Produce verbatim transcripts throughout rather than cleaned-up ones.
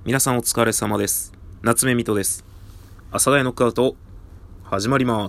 皆さんお疲れ様です。夏目みとです。阿佐ヶ谷ノックアウト始まります。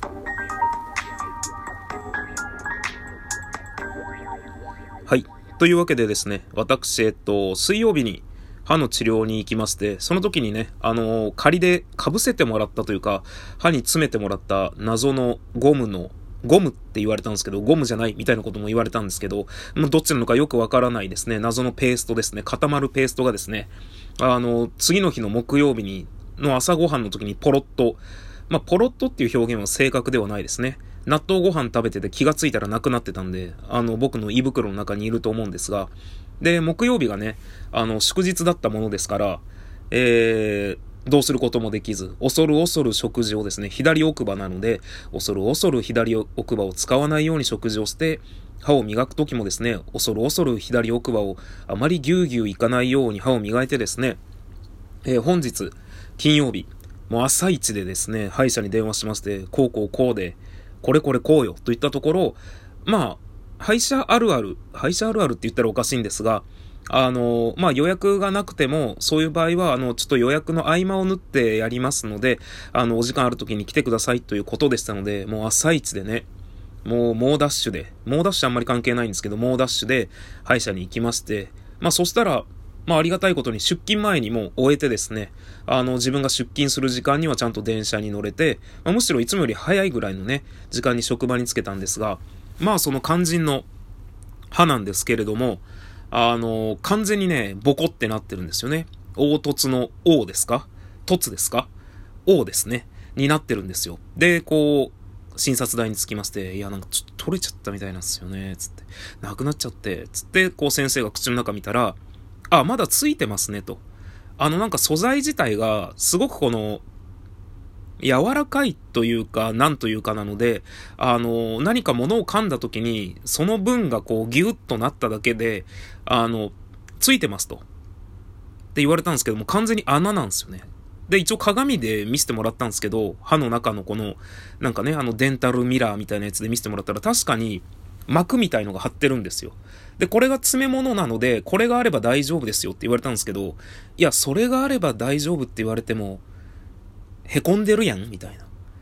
はい。というわけでですね、私、えっと、水曜日に歯の治療に行きまして、その時にね、あのー、仮で被せてもらったというか、歯に詰めてもらった謎のゴムのゴムって言われたんですけど、ゴムじゃないみたいなことも言われたんですけど、どっちなのかよくわからないですね。謎のペーストですね。固まるペーストがですね、あの、次の日の木曜日に、の朝ごはんの時にポロッと、まあ、ポロッとっていう表現は正確ではないですね。納豆ご飯食べてて気がついたらなくなってたんで、あの、僕の胃袋の中にいると思うんですが、で、木曜日がね、あの、祝日だったものですから、えー、どうすることもできず、恐る恐る食事をですね、左奥歯なので、恐る恐る左奥歯を使わないように食事をして、歯を磨くときもですね、恐る恐る左奥歯をあまりぎゅうぎゅういかないように歯を磨いてですね、えー、本日、金曜日、もう朝一でですね、歯医者に電話しまして、こうこうこうで、これこれこうよ、といったところ、まあ、歯医者あるある、歯医者あるあるって言ったらおかしいんですが、あの、まあ、予約がなくても、そういう場合は、あの、ちょっと予約の合間を縫ってやりますので、あの、お時間ある時に来てくださいということでしたので、もう朝一でね、もう猛ダッシュで、猛ダッシュあんまり関係ないんですけど、猛ダッシュで歯医者に行きまして、まあ、そしたら、まあ、ありがたいことに出勤前にもう終えてですね、あの、自分が出勤する時間にはちゃんと電車に乗れて、まあ、むしろいつもより早いぐらいのね、時間に職場に着けたんですが、まあ、その肝心の歯なんですけれども、あの、完全にね、ボコってなってるんですよね。凹凸の O ですか？凸ですか？ O ですね。になってるんですよ。で、こう、診察台に着きまして、いや、なんかちょっと取れちゃったみたいなんですよね、つって。なくなっちゃって、つって、こう先生が口の中見たら、あ、まだついてますね、と。あの、なんか素材自体が、すごくこの、柔らかいというか、なんというかなので、あの、何か物を噛んだ時に、その分がこうギュッとなっただけで、あの、ついてますと。って言われたんですけども、完全に穴なんですよね。で、一応鏡で見せてもらったんですけど、歯の中のこの、なんかね、あのデンタルミラーみたいなやつで見せてもらったら、確かに膜みたいのが張ってるんですよ。で、これが詰め物なので、これがあれば大丈夫ですよって言われたんですけど、いや、それがあれば大丈夫って言われても、凹んでるやんみたいな。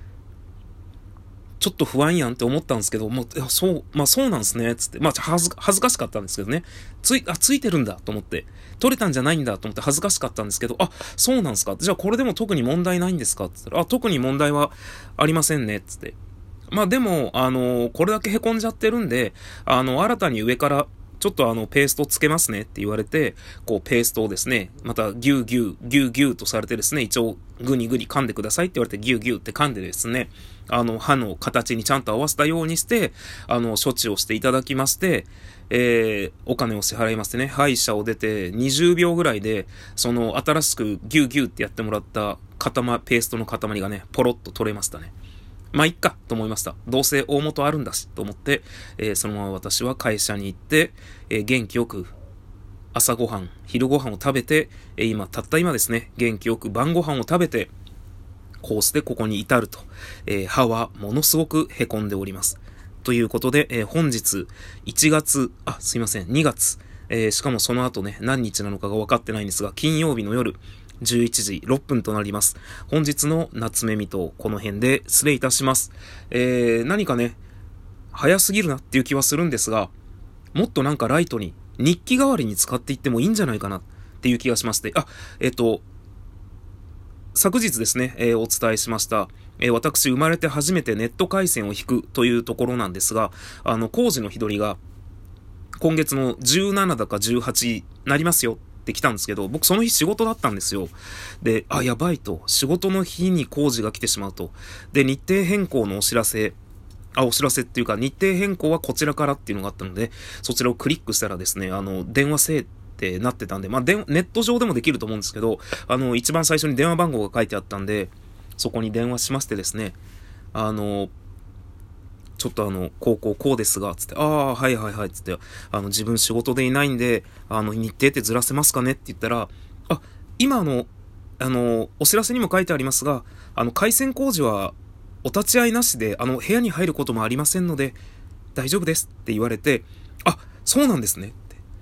ちょっと不安やんって思ったんですけど、もう、いや、そう、まあそうなんですね、つって。まあ恥ず恥ずかしかったんですけどね。つい、あ、ついてるんだと思って。取れたんじゃないんだと思って恥ずかしかったんですけど、あ、そうなんですか。じゃあこれでも特に問題ないんですかって言ったら、あ、特に問題はありませんね、つって。まあでも、あのー、これだけ凹んじゃってるんで、あの、新たに上から、ちょっとあの、ペーストつけますねって言われて、こう、ペーストをですね、また、ギューギュー、ギューギューとされてですね、一応、グニグニ噛んでくださいって言われて、ギューギューって噛んでですね、あの、歯の形にちゃんと合わせたようにして、あの、処置をしていただきまして、えー、お金を支払いましてね、歯医者を出てにじゅうびょうぐらいで、その、新しくギューギューってやってもらった塊、ペーストの塊がね、ポロッと取れましたね。まあ、いっか、と思いました。どうせ大元あるんだし、と思って、えー、そのまま私は会社に行って、えー、元気よく、朝ごはん、昼ごはんを食べて、えー、今、たった今ですね、元気よく晩ごはんを食べて、こうしてここに至ると、えー、歯はものすごく凹んでおります。ということで、えー、本日、いちがつ、あ、すいません、にがつ、えー、しかもその後ね、何日なのかが分かってないんですが、金曜日の夜、じゅういちじろっぷんとなります。本日の夏目みとこの辺で失礼いたします。えー、何かね、早すぎるなっていう気はするんですが、もっとなんかライトに、日記代わりに使っていってもいいんじゃないかなっていう気がしまして、あ、えっと、昨日ですね、えー、お伝えしました、えー、私生まれて初めてネット回線を引くというところなんですが、あの、工事の日取りが今月のじゅうしちだかじゅうはちなりますよって来たんですけど、僕その日仕事だったんですよ。で、あ、やばいと。仕事の日に工事が来てしまうと。で、日程変更のお知らせ、あ、お知らせっていうか、日程変更はこちらからっていうのがあったので、そちらをクリックしたらですね、あの、電話せえってなってたんで、まあ、ネット上でもできると思うんですけど、あの、一番最初に電話番号が書いてあったんで、そこに電話しましてですね、あの、ちょっとあの、こうこうこうですが、つって、ああ、はいはいはい、つって、あの、自分仕事でいないんで、あの、日程ってずらせますかねって言ったら、あ、今あの、あの、お知らせにも書いてありますが、あの、回線工事は、お立ち会いなしで、あの、部屋に入ることもありませんので、大丈夫ですって言われて、あ、そうなんですねって。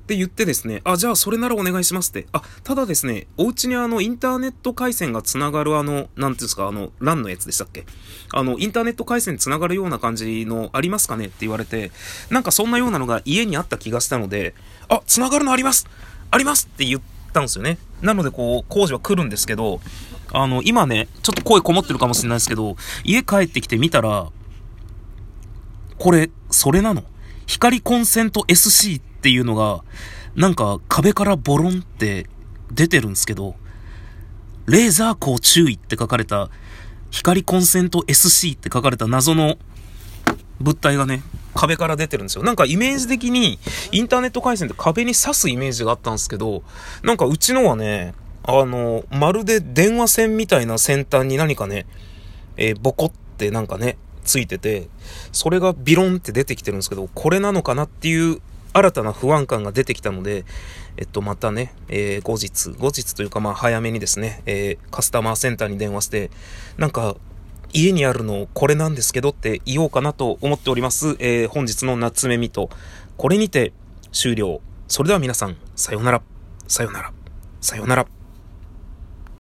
って言ってですね、あ、じゃあそれならお願いしますって。あ、ただですね、お家にあの、インターネット回線がつながるあの、なんていうんですか、あの、ランのやつでしたっけ？あの、インターネット回線つながるような感じのありますかねって言われて、なんかそんなようなのが家にあった気がしたので、あ、つながるのありますありますって言ったんですよね。なのでこう、工事は来るんですけど、あの、今ね、ちょっと声こもってるかもしれないですけど、家帰ってきてみたら、これ、それなの？光コンセント エスシー っていうのが、なんか壁からボロンって出てるんですけど、レーザー光注意って書かれた、光コンセント エスシー って書かれた謎の物体がね、壁から出てるんですよ。なんかイメージ的にインターネット回線って壁に刺すイメージがあったんですけど、なんかうちのはね、あの、まるで電話線みたいな先端に何かね、えー、ボコってなんかね、ついてて、それがビロンって出てきてるんですけど、これなのかなっていう新たな不安感が出てきたので、えっと、またね、えー、後日、後日というかまあ早めにですね、えー、カスタマーセンターに電話して、なんか、家にあるのこれなんですけどって言おうかなと思っております。えー、本日の夏目みと、これにて終了。それでは皆さん、さようなら、さようなら、さようなら。